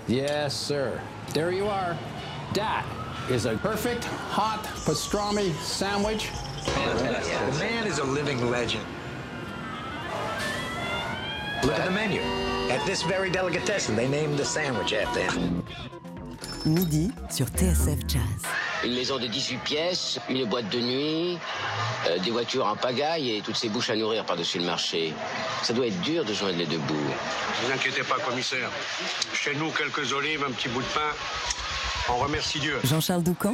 Yes, sir. There you are. That is a perfect hot pastrami sandwich. Fantastic. The man is a living legend. Look at the menu. At this very delicatessen, they named the sandwich after him. Midi sur TSF Jazz. Une maison de 18 pièces, une boîte de nuit, des voitures en pagaille et toutes ces bouches à nourrir par-dessus le marché. Ça doit être dur de joindre les deux bouts. Ne vous inquiétez pas, commissaire. Chez nous, quelques olives, un petit bout de pain. On remercie Dieu. Jean-Charles Doucan.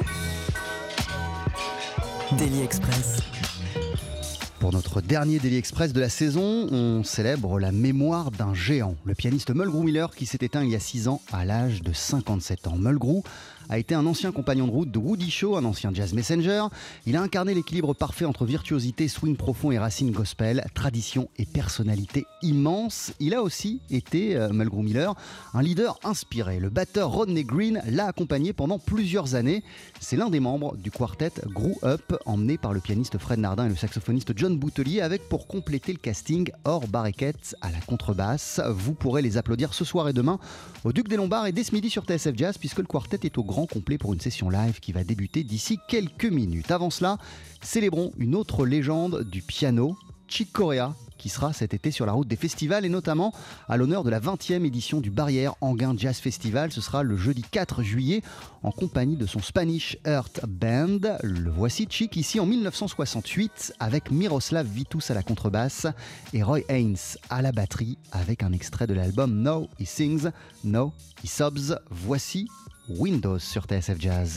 Daily Express. Pour notre dernier Daily Express de la saison, on célèbre la mémoire d'un géant, le pianiste Mulgrew Miller qui s'est éteint il y a 6 ans à l'âge de 57 ans. Mulgrew a été un ancien compagnon de route de Woody Shaw, un ancien jazz messenger. Il a incarné l'équilibre parfait entre virtuosité, swing profond et racines gospel, tradition et personnalité immense. Il a aussi été, Mulgrew Miller, un leader inspiré. Le batteur Rodney Green l'a accompagné pendant plusieurs années. C'est l'un des membres du quartet Grew Up, emmené par le pianiste Fred Nardin et le saxophoniste John Boutelier, avec pour compléter le casting Or Barreket à la contrebasse. Vous pourrez les applaudir ce soir et demain au Duc des Lombards et dès ce midi sur TSF Jazz, puisque le quartet est au grand complet pour une session live qui va débuter d'ici quelques minutes. Avant cela, célébrons une autre légende du piano, Chick Corea, qui sera cet été sur la route des festivals et notamment à l'honneur de la 20e édition du Barrière Anguin Jazz Festival. Ce sera le jeudi 4 juillet en compagnie de son Spanish Earth Band. Le voici Chick ici en 1968 avec Miroslav Vitous à la contrebasse et Roy Haynes à la batterie avec un extrait de l'album No He Sings, No He Sobs. Voici Windows sur TSF Jazz.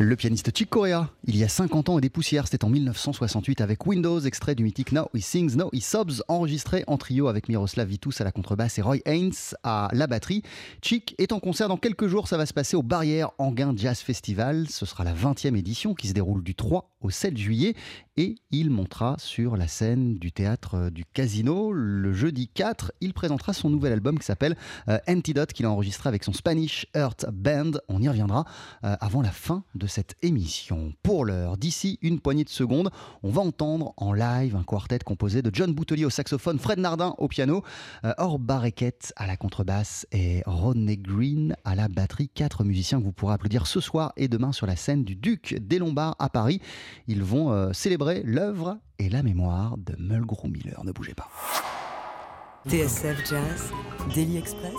Le pianiste Chick Corea, il y a 50 ans et des poussières, c'était en 1968 avec Windows, extrait du mythique Now He Sings, Now He Sobs, enregistré en trio avec Miroslav Vitous à la contrebasse et Roy Haynes à la batterie. Chick est en concert dans quelques jours, ça va se passer au Barrières Anguin Jazz Festival. Ce sera la 20e édition qui se déroule du 3 au 7 juillet et il montera sur la scène du théâtre du Casino. Le jeudi 4, il présentera son nouvel album qui s'appelle Antidote, qu'il a enregistré avec son Spanish Earth Band. On y reviendra avant la fin de cette émission. Pour l'heure, d'ici une poignée de secondes, on va entendre en live un quartet composé de John Boutelier au saxophone, Fred Nardin au piano, Or Bareket à la contrebasse et Rodney Green à la batterie. 4 musiciens que vous pourrez applaudir ce soir et demain sur la scène du Duc des Lombards à Paris. Ils vont célébrer l'œuvre et la mémoire de Mulgrew Miller. Ne bougez pas. TSF Jazz, Daily Express.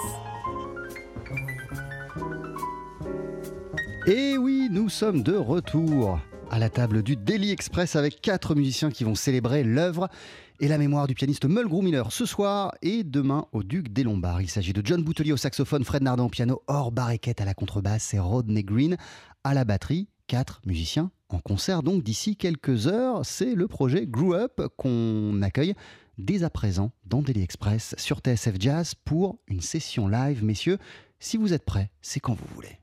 Et oui, nous sommes de retour à la table du Daily Express avec 4 musiciens qui vont célébrer l'œuvre et la mémoire du pianiste Mulgrew Miller ce soir et demain au Duc des Lombards. Il s'agit de John Boutelier au saxophone, Fred Nardin au piano, Or Bareket à la contrebasse et Rodney Green à la batterie. 4 musiciens en concert donc d'ici quelques heures. C'est le projet Grew Up qu'on accueille dès à présent dans Daily Express sur TSF Jazz pour une session live. Messieurs, si vous êtes prêts, c'est quand vous voulez.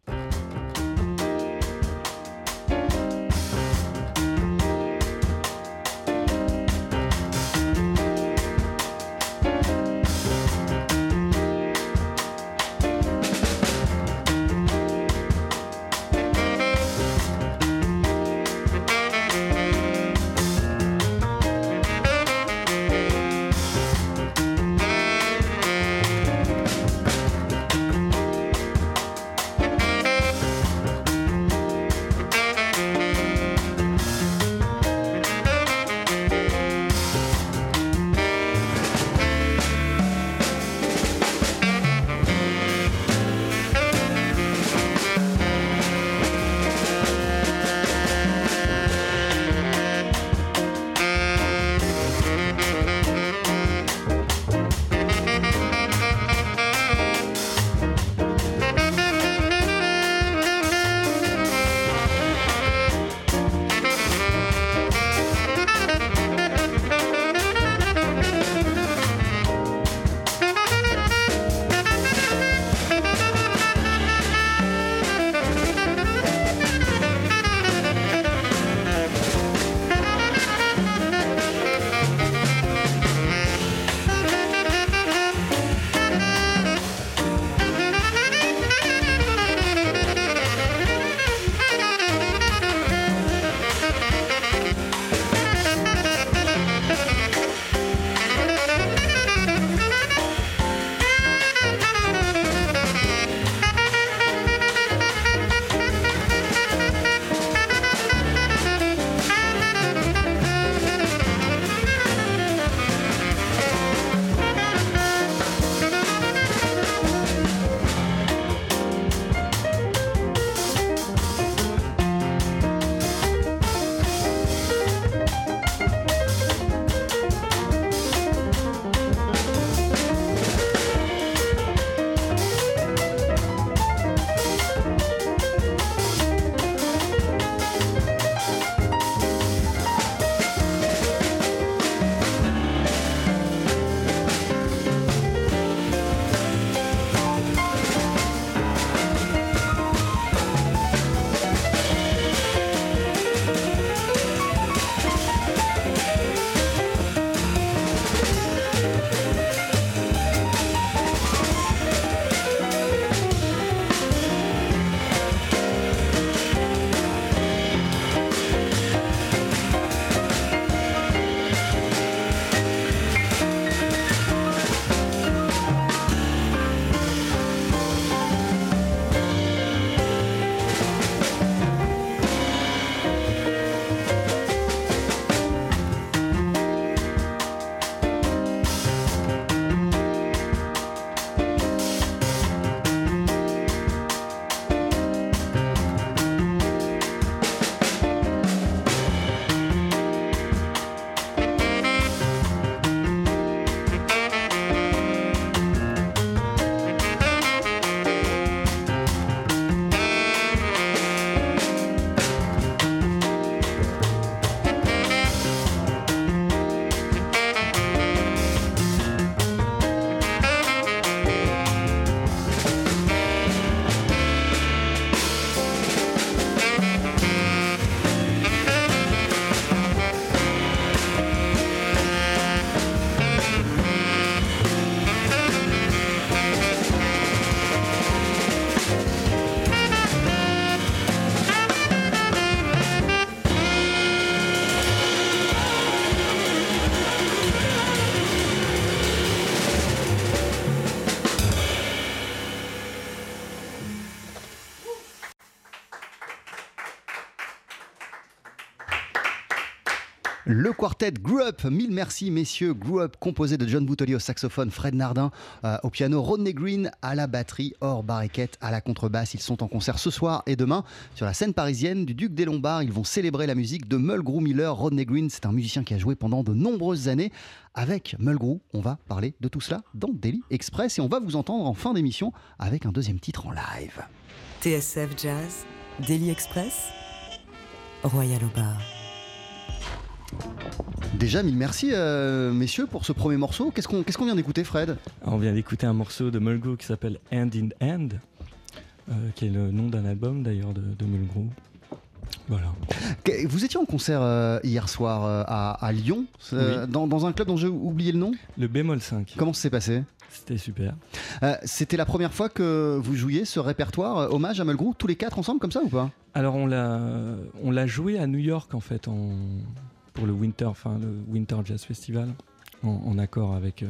quartet Grew Up, mille merci messieurs. Grew Up, composé de John Boutoli au saxophone, Fred Nardin au piano, Rodney Green à la batterie, Or Barriquette à la contrebasse. Ils sont en concert ce soir et demain sur la scène parisienne du Duc des Lombards. Ils vont célébrer la musique de Mulgrew Miller. Rodney Green, c'est un musicien qui a joué pendant de nombreuses années avec Mulgrew. On va parler de tout cela dans Daily Express et on va vous entendre en fin d'émission avec un deuxième titre en live. TSF Jazz, Daily Express, Royal au bar. Déjà, mille merci messieurs pour ce premier morceau. Qu'est-ce qu'on vient d'écouter, Fred ? On vient d'écouter un morceau de Mulgrew qui s'appelle Hand in Hand, qui est le nom d'un album d'ailleurs de Mulgrew. Voilà. Vous étiez en concert hier soir à Lyon, Oui. dans un club dont j'ai oublié le nom. Le bémol 5. Comment ça s'est passé ? C'était super. C'était la première fois que vous jouiez ce répertoire hommage à Mulgrew, tous les quatre ensemble comme ça ou pas ? Alors on l'a joué à New York en fait pour le Winter Jazz Festival, en accord avec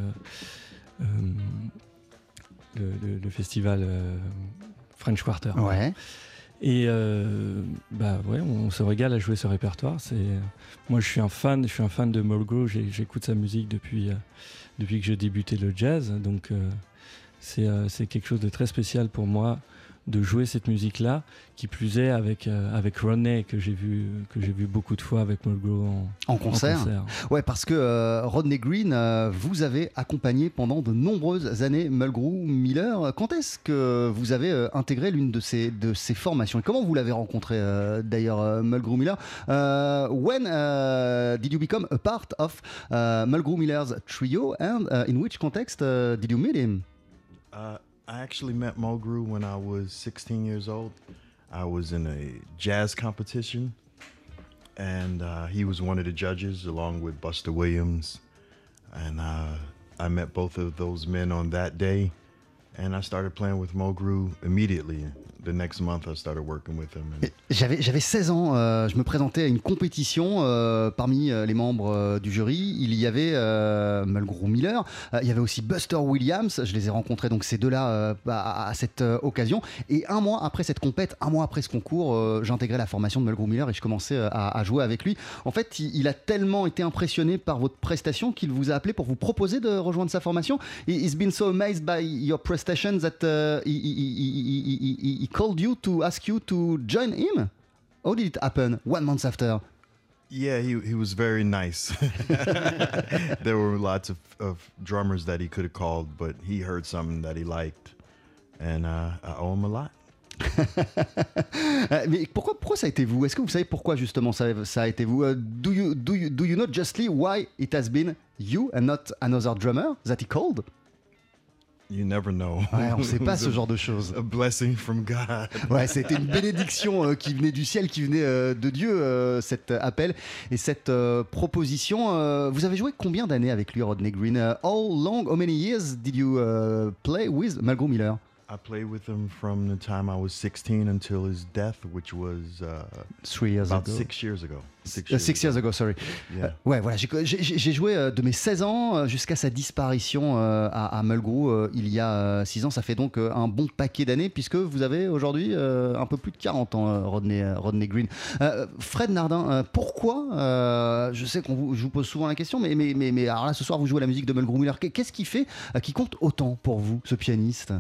le festival French Quarter. Ouais. Et on se régale à jouer ce répertoire. Moi je suis un fan de Mulgrew, j'écoute sa musique depuis que j'ai débuté le jazz, donc c'est quelque chose de très spécial pour moi de jouer cette musique-là, qui plus est avec Rodney que j'ai vu beaucoup de fois avec Mulgrew en concert. Ouais, parce que Rodney Green, vous avez accompagné pendant de nombreuses années Mulgrew Miller. Quand est-ce que vous avez intégré l'une de ces formations et comment vous l'avez rencontré d'ailleurs, Mulgrew Miller? When did you become a part of Mulgrew Miller's trio, and in which context did you meet him? I actually met Mulgrew when I was 16 years old. I was in a jazz competition, and he was one of the judges along with Buster Williams. And I met both of those men on that day, and I started playing with Mulgrew immediately. The next month, I started working with him. J'avais 16 ans, je me présentais à une compétition parmi les membres du jury. Il y avait Mulgrew Miller, il y avait aussi Buster Williams. Je les ai rencontrés, donc ces deux-là, à cette occasion. Et un mois après cette compète, un mois après ce concours, j'intégrais la formation de Mulgrew Miller et je commençais à jouer avec lui. En fait, il a tellement été impressionné par votre prestation qu'il vous a appelé pour vous proposer de rejoindre sa formation. He's been so amazed by your prestation that he called you to ask you to join him. How did it happen 1 month after? Yeah, he was very nice. There were lots of drummers that he could have called, but he heard something that he liked, and I owe him a lot. Mais pourquoi ça a été vous? Est-ce que vous savez pourquoi justement ça a été vous? Do you know justly why it has been you and not another drummer that he called? You never know. Ouais, on ne sait pas ce genre de choses. A blessing from God. Ouais, c'était une bénédiction qui venait du ciel, qui venait de Dieu, cet appel et cette proposition. Vous avez joué combien d'années avec lui, Rodney Green? How many years did you play with Mulgrew Miller? I played with him from the time I was 16 until his death, which was 3 years about ago. 6 years ago. 6 years ago, sorry. Yeah. Ouais, voilà, j'ai joué de mes 16 ans jusqu'à sa disparition à Mulgrew il y a 6 ans. Ça fait donc un bon paquet d'années puisque vous avez aujourd'hui un peu plus de 40 ans, Rodney Green. Fred Nardin, pourquoi, je sais je vous pose souvent la question, mais alors là, ce soir, vous jouez la musique de Mulgrew Miller. Qu'est-ce qui fait, qui compte autant pour vous, ce pianiste?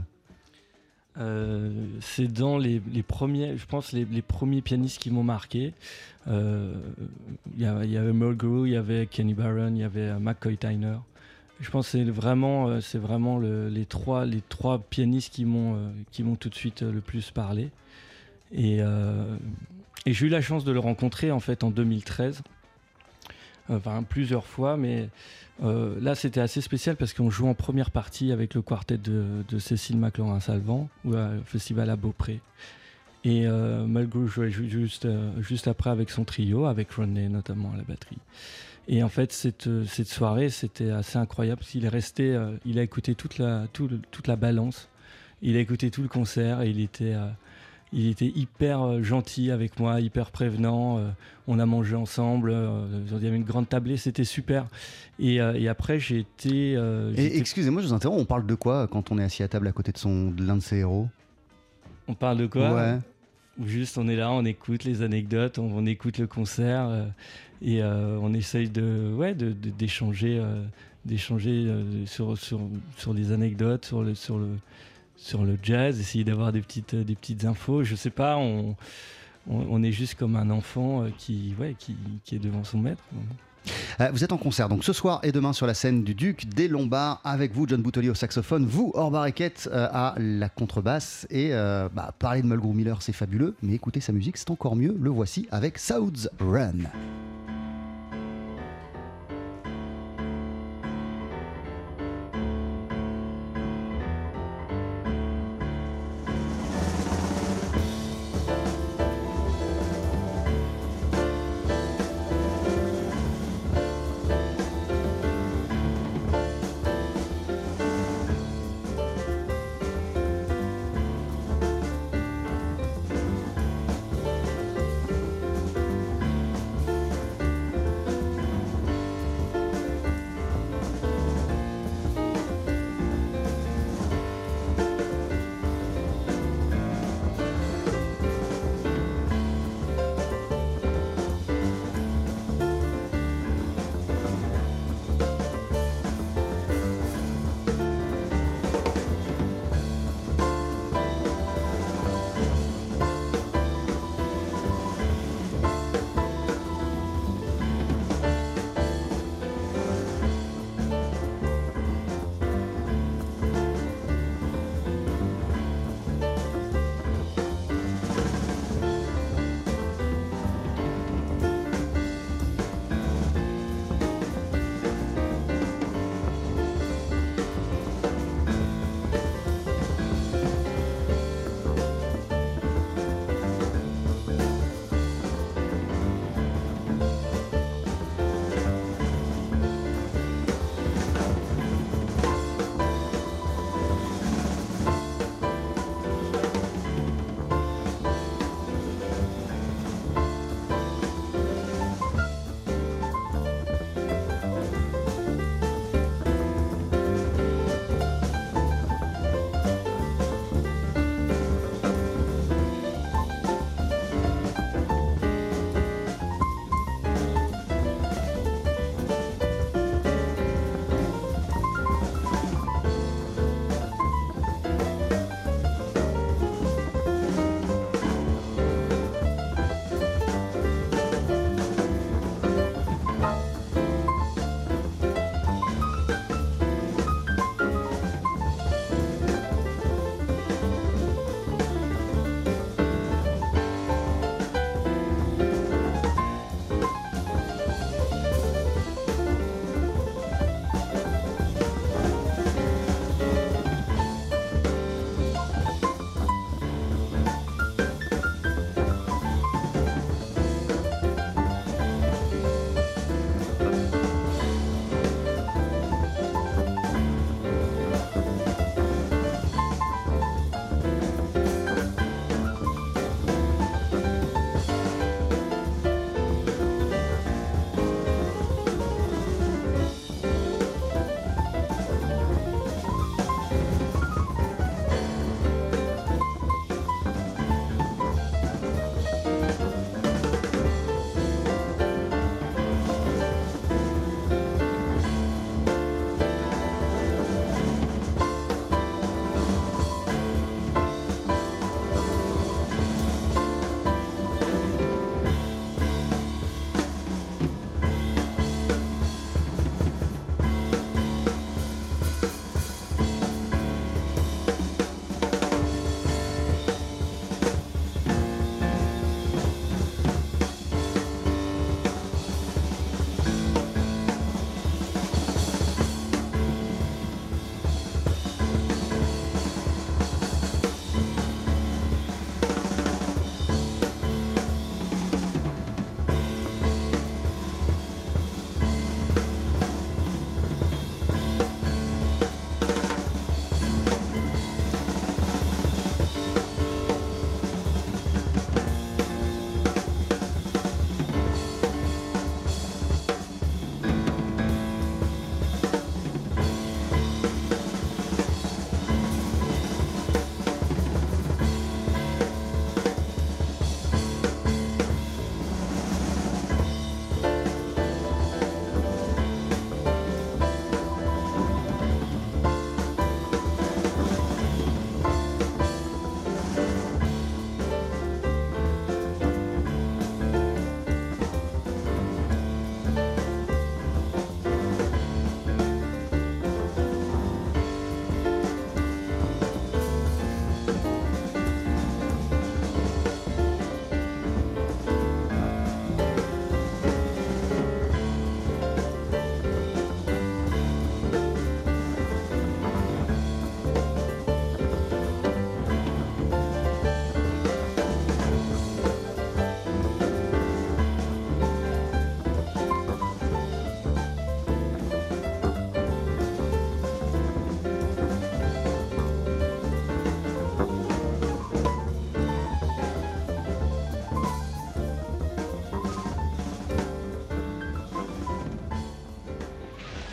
C'est dans les premiers, je pense, les premiers pianistes qui m'ont marqué. Il y avait Mulgrew, il y avait Kenny Barron, il y avait McCoy Tyner. Je pense que c'est vraiment les trois pianistes qui m'ont tout de suite le plus parlé. Et j'ai eu la chance de le rencontrer en fait en 2013. Enfin, plusieurs fois, mais là c'était assez spécial parce qu'on joue en première partie avec le quartet de Cécile McLaurin-Salvant au festival à Beaupré. Et Mulgrew jouait juste après avec son trio, avec Rodney notamment à la batterie. Et en fait, cette soirée, c'était assez incroyable parce qu'il est resté, il a écouté toute la balance, il a écouté tout le concert et il était hyper gentil avec moi, hyper prévenant. On a mangé ensemble, il y avait une grande tablée, c'était super. Et après, Excusez-moi, je vous interromps, on parle de quoi quand on est assis à table à côté de l'un de ses héros? On parle de quoi? Ouais. où juste on est là, on écoute les anecdotes, on écoute le concert et on essaye d'échanger sur les anecdotes, sur le jazz, essayer d'avoir des petites infos. Je sais pas, on est juste comme un enfant qui est devant son maître. Vous êtes en concert donc ce soir et demain sur la scène du Duc des Lombards avec vous, John Boutoli au saxophone, vous, Orbar Ekket à la contrebasse et parler de Mulgrew Miller c'est fabuleux, mais écouter sa musique c'est encore mieux. Le voici avec South's Run.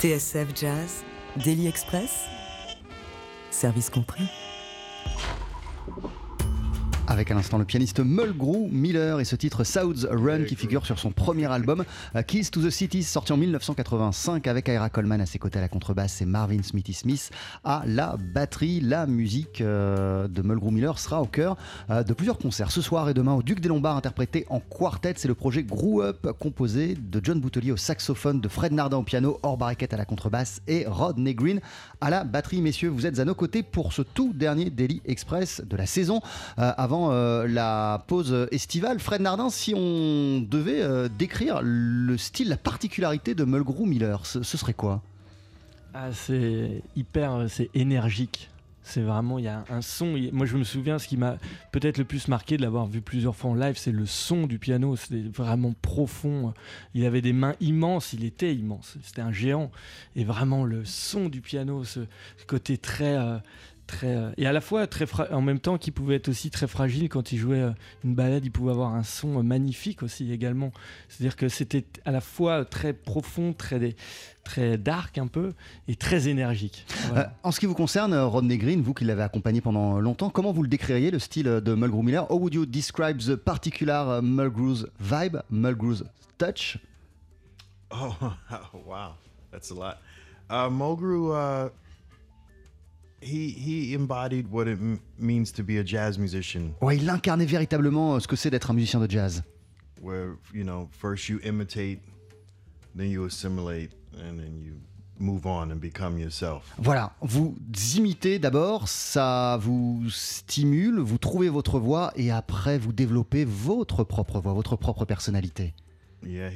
TSF Jazz, Daily Express, service compris. Avec à l'instant le pianiste Mulgrew Miller et ce titre South's Run qui figure sur son premier album Keys to the Cities, sorti en 1985 avec Ira Coleman à ses côtés à la contrebasse et Marvin Smithy Smith à la batterie. La musique de Mulgrew Miller sera au cœur de plusieurs concerts ce soir et demain au Duc des Lombards, interprété en quartet. C'est le projet Grew Up, composé de John Boutelier au saxophone, de Fred Nardin au piano, Or Barrichet à la contrebasse et Rodney Green à la batterie. Messieurs, vous êtes à nos côtés pour ce tout dernier Daily Express de la saison avant la pause estivale. Fred Nardin, si on devait décrire le style, la particularité de Mulgrew Miller, ce serait quoi ? C'est énergique. C'est vraiment, il y a un son. Moi, je me souviens, ce qui m'a peut-être le plus marqué de l'avoir vu plusieurs fois en live, c'est le son du piano. C'était vraiment profond. Il avait des mains immenses. Il était immense. C'était un géant. Et vraiment, le son du piano, ce côté très et à la fois en même temps qui pouvait être aussi très fragile. Quand il jouait une balade, il pouvait avoir un son magnifique aussi également. C'est-à-dire que c'était à la fois très profond, très dark un peu et très énergique. Voilà. En ce qui vous concerne, Rodney Green, vous qui l'avez accompagné pendant longtemps, comment vous le décririez, le style de Mulgrew Miller? How would you describe the particular Mulgrew's vibe, Mulgrew's touch? Oh, wow, that's a lot. Mulgrew, he embodied what it means to be a jazz musician. Ouais, il incarnait véritablement ce que c'est d'être un musicien de jazz. Where, first you imitate, then you assimilate, and then you move on and become yourself. Voilà, vous imitez d'abord, ça vous stimule, vous trouvez votre voix et après vous développez votre propre voix, votre propre personnalité. Yeah,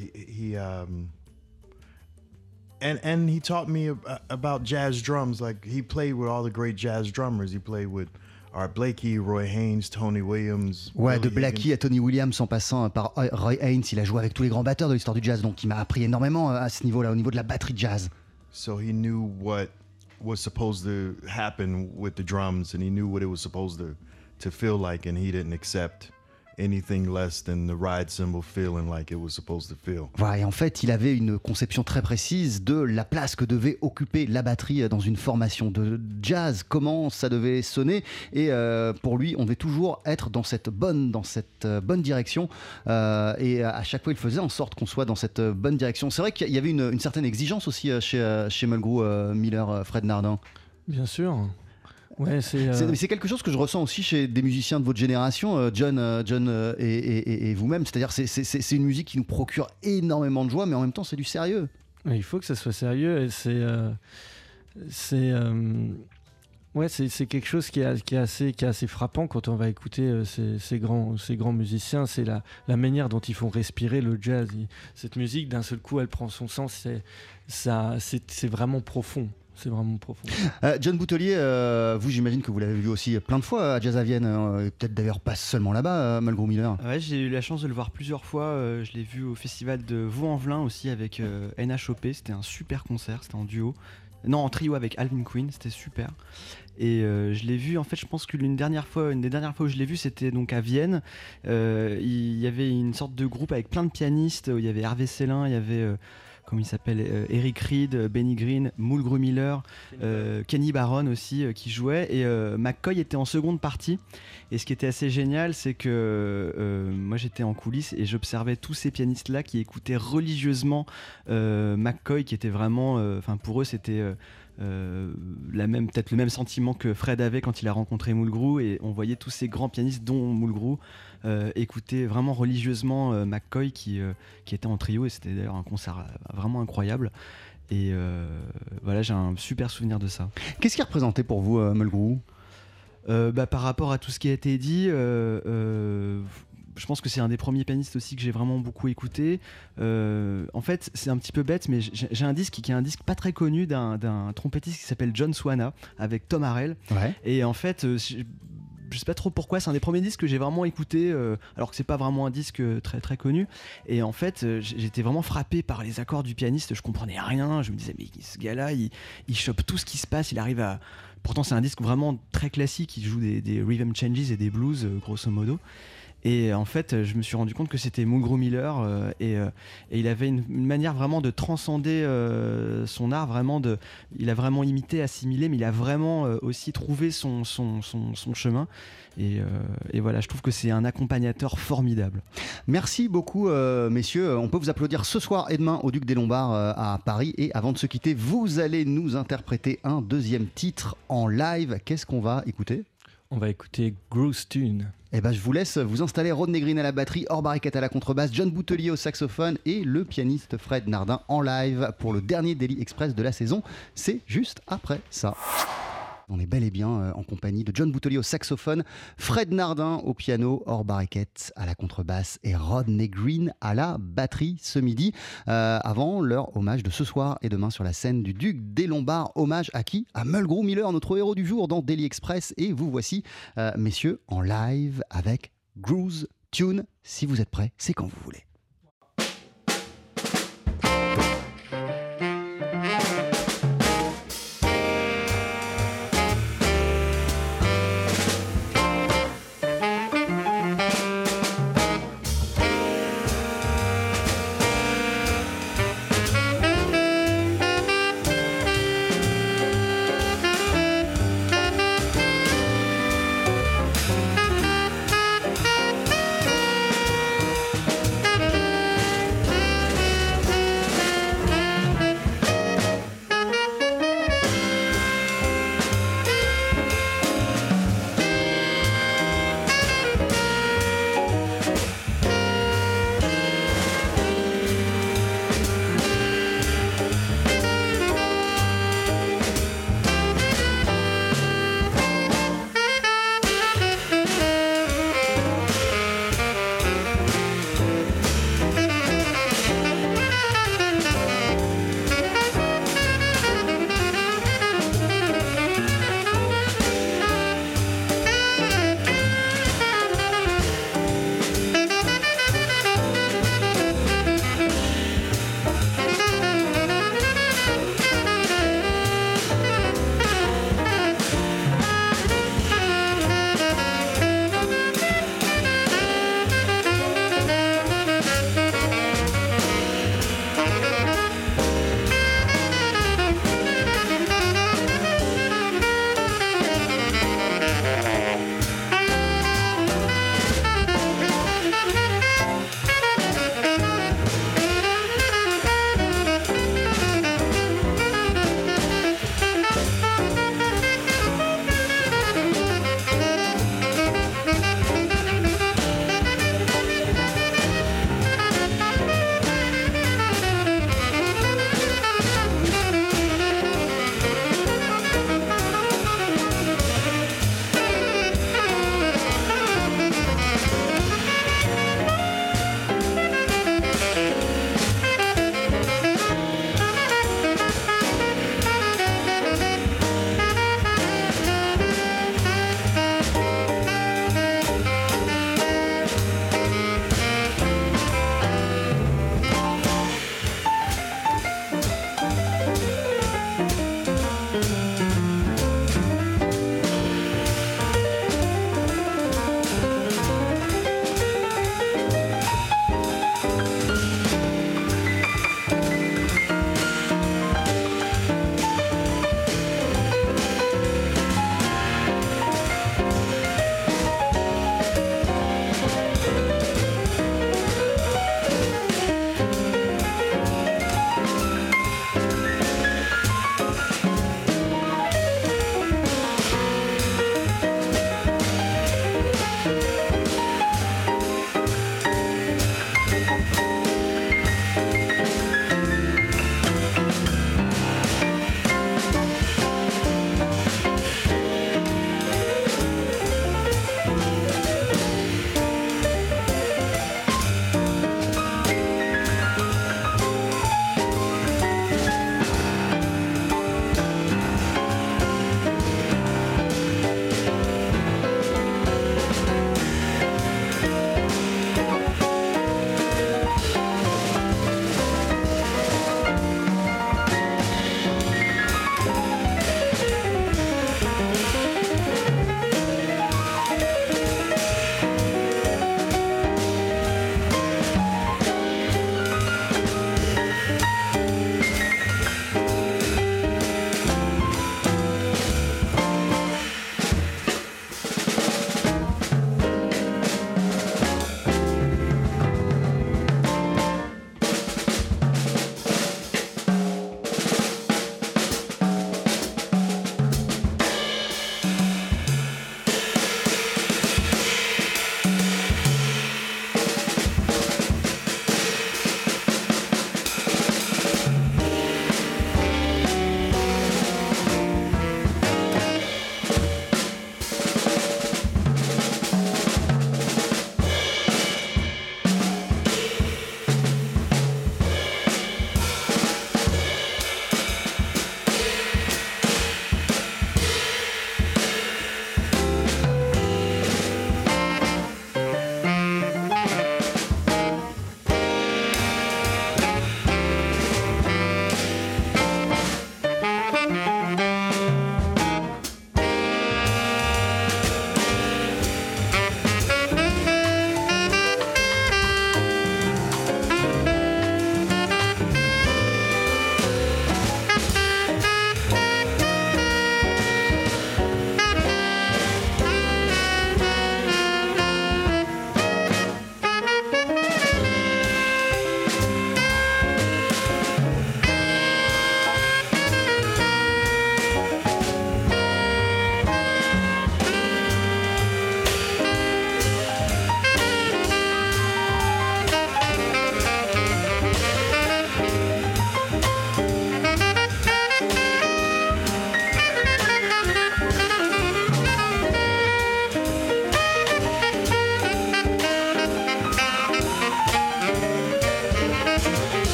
And he taught me about jazz drums. Like, he played with all the great jazz drummers. He played with Art Blakey, Roy Haynes, Tony Williams. Ouais, Billy de Blakey Higgins. à Tony Williams en passant par Roy Haynes, il a joué avec tous les grands batteurs de l'histoire du jazz, donc il m'a appris énormément à ce niveau-là, au niveau de la batterie de jazz. So he knew what was supposed to happen with the drums, and he knew what it was supposed to feel like, and he didn't accept anything less than the ride cymbal feeling like it was supposed to feel. Voilà, et en fait, il avait une conception très précise de la place que devait occuper la batterie dans une formation de jazz, comment ça devait sonner, et pour lui, on devait toujours être dans cette bonne direction, et à chaque fois, il faisait en sorte qu'on soit dans cette bonne direction. C'est vrai qu'il y avait une certaine exigence aussi chez Mulgrew Miller, Fred Nardin. Bien sûr. Ouais, c'est quelque chose que je ressens aussi chez des musiciens de votre génération, John et vous-même. C'est-à-dire c'est une musique qui nous procure énormément de joie, mais en même temps c'est du sérieux. Il faut que ça soit sérieux et c'est quelque chose qui est assez frappant quand on va écouter ces grands musiciens. C'est la manière dont ils font respirer le jazz. Cette musique, d'un seul coup, elle prend son sens. C'est vraiment profond. C'est vraiment profond. John Boutelier, vous, j'imagine que vous l'avez vu aussi plein de fois à Jazz à Vienne, peut-être d'ailleurs pas seulement là-bas, Mulgrew Miller. Ouais, j'ai eu la chance de le voir plusieurs fois. Je l'ai vu au festival de Vaux-en-Velin aussi avec NHOP. C'était un super concert, c'était en duo. Non, en trio avec Alvin Queen, c'était super. Et je l'ai vu, en fait, je pense que une des dernières fois où je l'ai vu, c'était donc à Vienne. Il y avait une sorte de groupe avec plein de pianistes. Il y avait Hervé Célin, il y avait... comment il s'appelle, Eric Reed, Benny Green, Mulgrew Miller, Kenny Barron aussi qui jouait, et McCoy était en seconde partie. Et ce qui était assez génial, c'est que moi j'étais en coulisses et j'observais tous ces pianistes là qui écoutaient religieusement McCoy, qui était vraiment, pour eux c'était peut-être le même sentiment que Fred avait quand il a rencontré Mulgrew, et on voyait tous ces grands pianistes dont Mulgrew écouter vraiment religieusement McCoy qui était en trio, et c'était d'ailleurs un concert vraiment incroyable. Et voilà, j'ai un super souvenir de ça. Qu'est-ce qui représentait pour vous Mulgrew ? Par rapport à tout ce qui a été dit, je pense que c'est un des premiers pianistes aussi que j'ai vraiment beaucoup écouté. En fait, c'est un petit peu bête, mais j'ai un disque qui est un disque pas très connu d'un trompettiste qui s'appelle John Swana avec Tom Harrell. Ouais. Et en fait, je sais pas trop pourquoi, c'est un des premiers disques que j'ai vraiment écouté, alors que c'est pas vraiment un disque très très connu. Et en fait, j'étais vraiment frappé par les accords du pianiste. Je comprenais rien. Je me disais, mais ce gars-là, il chope tout ce qui se passe. Il arrive à. Pourtant, c'est un disque vraiment très classique. Il joue des rhythm changes et des blues, grosso modo. Et en fait, je me suis rendu compte que c'était Mulgrew Miller et il avait une manière vraiment de transcender son art, il a vraiment imité, assimilé, mais il a vraiment aussi trouvé son chemin. Et voilà, je trouve que c'est un accompagnateur formidable. Merci beaucoup, messieurs. On peut vous applaudir ce soir et demain au Duc des Lombards à Paris. Et avant de se quitter, vous allez nous interpréter un deuxième titre en live. Qu'est-ce qu'on va écouter ? On va écouter Groove's Tune. Eh ben, je vous laisse vous installer. Rodney Green à la batterie, Or Barricade à la contrebasse, John Boutelier au saxophone et le pianiste Fred Nardin en live pour le dernier Daily Express de la saison. C'est juste après ça. On est bel et bien en compagnie de John Boutelier au saxophone, Fred Nardin au piano, Or Barricade à la contrebasse et Rodney Green à la batterie ce midi. Avant leur hommage de ce soir et demain sur la scène du Duc des Lombards. Hommage à qui ? À Mulgrew Miller, notre héros du jour dans Daily Express. Et vous voici, messieurs, en live avec Groove's Tune. Si vous êtes prêts, c'est quand vous voulez.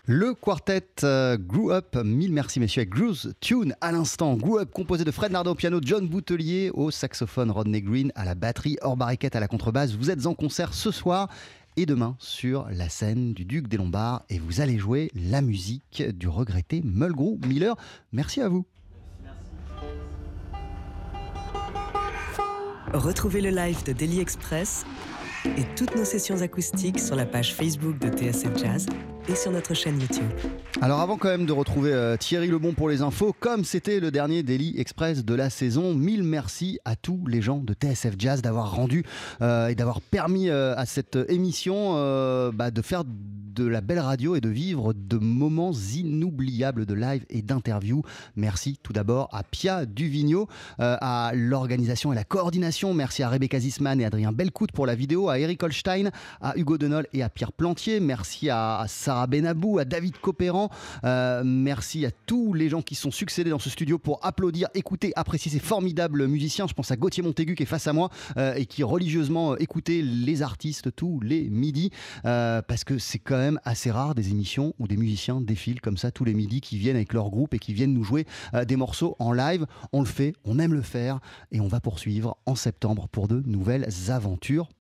Le quartet Grew Up, mille merci messieurs, avec Grooves Tune à l'instant. Grew Up composé de Fred Nardin au piano, John Boutelier au saxophone, Rodney Green à la batterie, Or Barriquette à la contrebasse. Vous êtes en concert ce soir et demain sur la scène du Duc des Lombards et vous allez jouer la musique du regretté Mulgrew Miller. Merci à vous. Retrouvez le live de Daily Express et toutes nos sessions acoustiques sur la page Facebook de TSF Jazz et sur notre chaîne YouTube. Alors avant quand même de retrouver Thierry Lebon pour les infos, comme c'était le dernier Daily Express de la saison, mille merci à tous les gens de TSF Jazz d'avoir rendu et d'avoir permis à cette émission de faire de la belle radio et de vivre de moments inoubliables de live et d'interview. Merci tout d'abord à Pia Duvigneau, à l'organisation et la coordination. Merci à Rebecca Zisman et Adrien Belcout pour la vidéo, à Eric Holstein, à Hugo Denol et à Pierre Plantier. Merci à Sarah Benabou, à David Copéran. Merci à tous les gens qui sont succédés dans ce studio pour applaudir, écouter, apprécier ces formidables musiciens. Je pense à Gauthier Montaigu qui est face à moi et qui religieusement écoutait les artistes tous les midis parce que c'est quand même assez rare des émissions où des musiciens défilent comme ça tous les midis, qui viennent avec leur groupe et qui viennent nous jouer des morceaux en live. On le fait, on aime le faire et on va poursuivre en septembre pour de nouvelles aventures.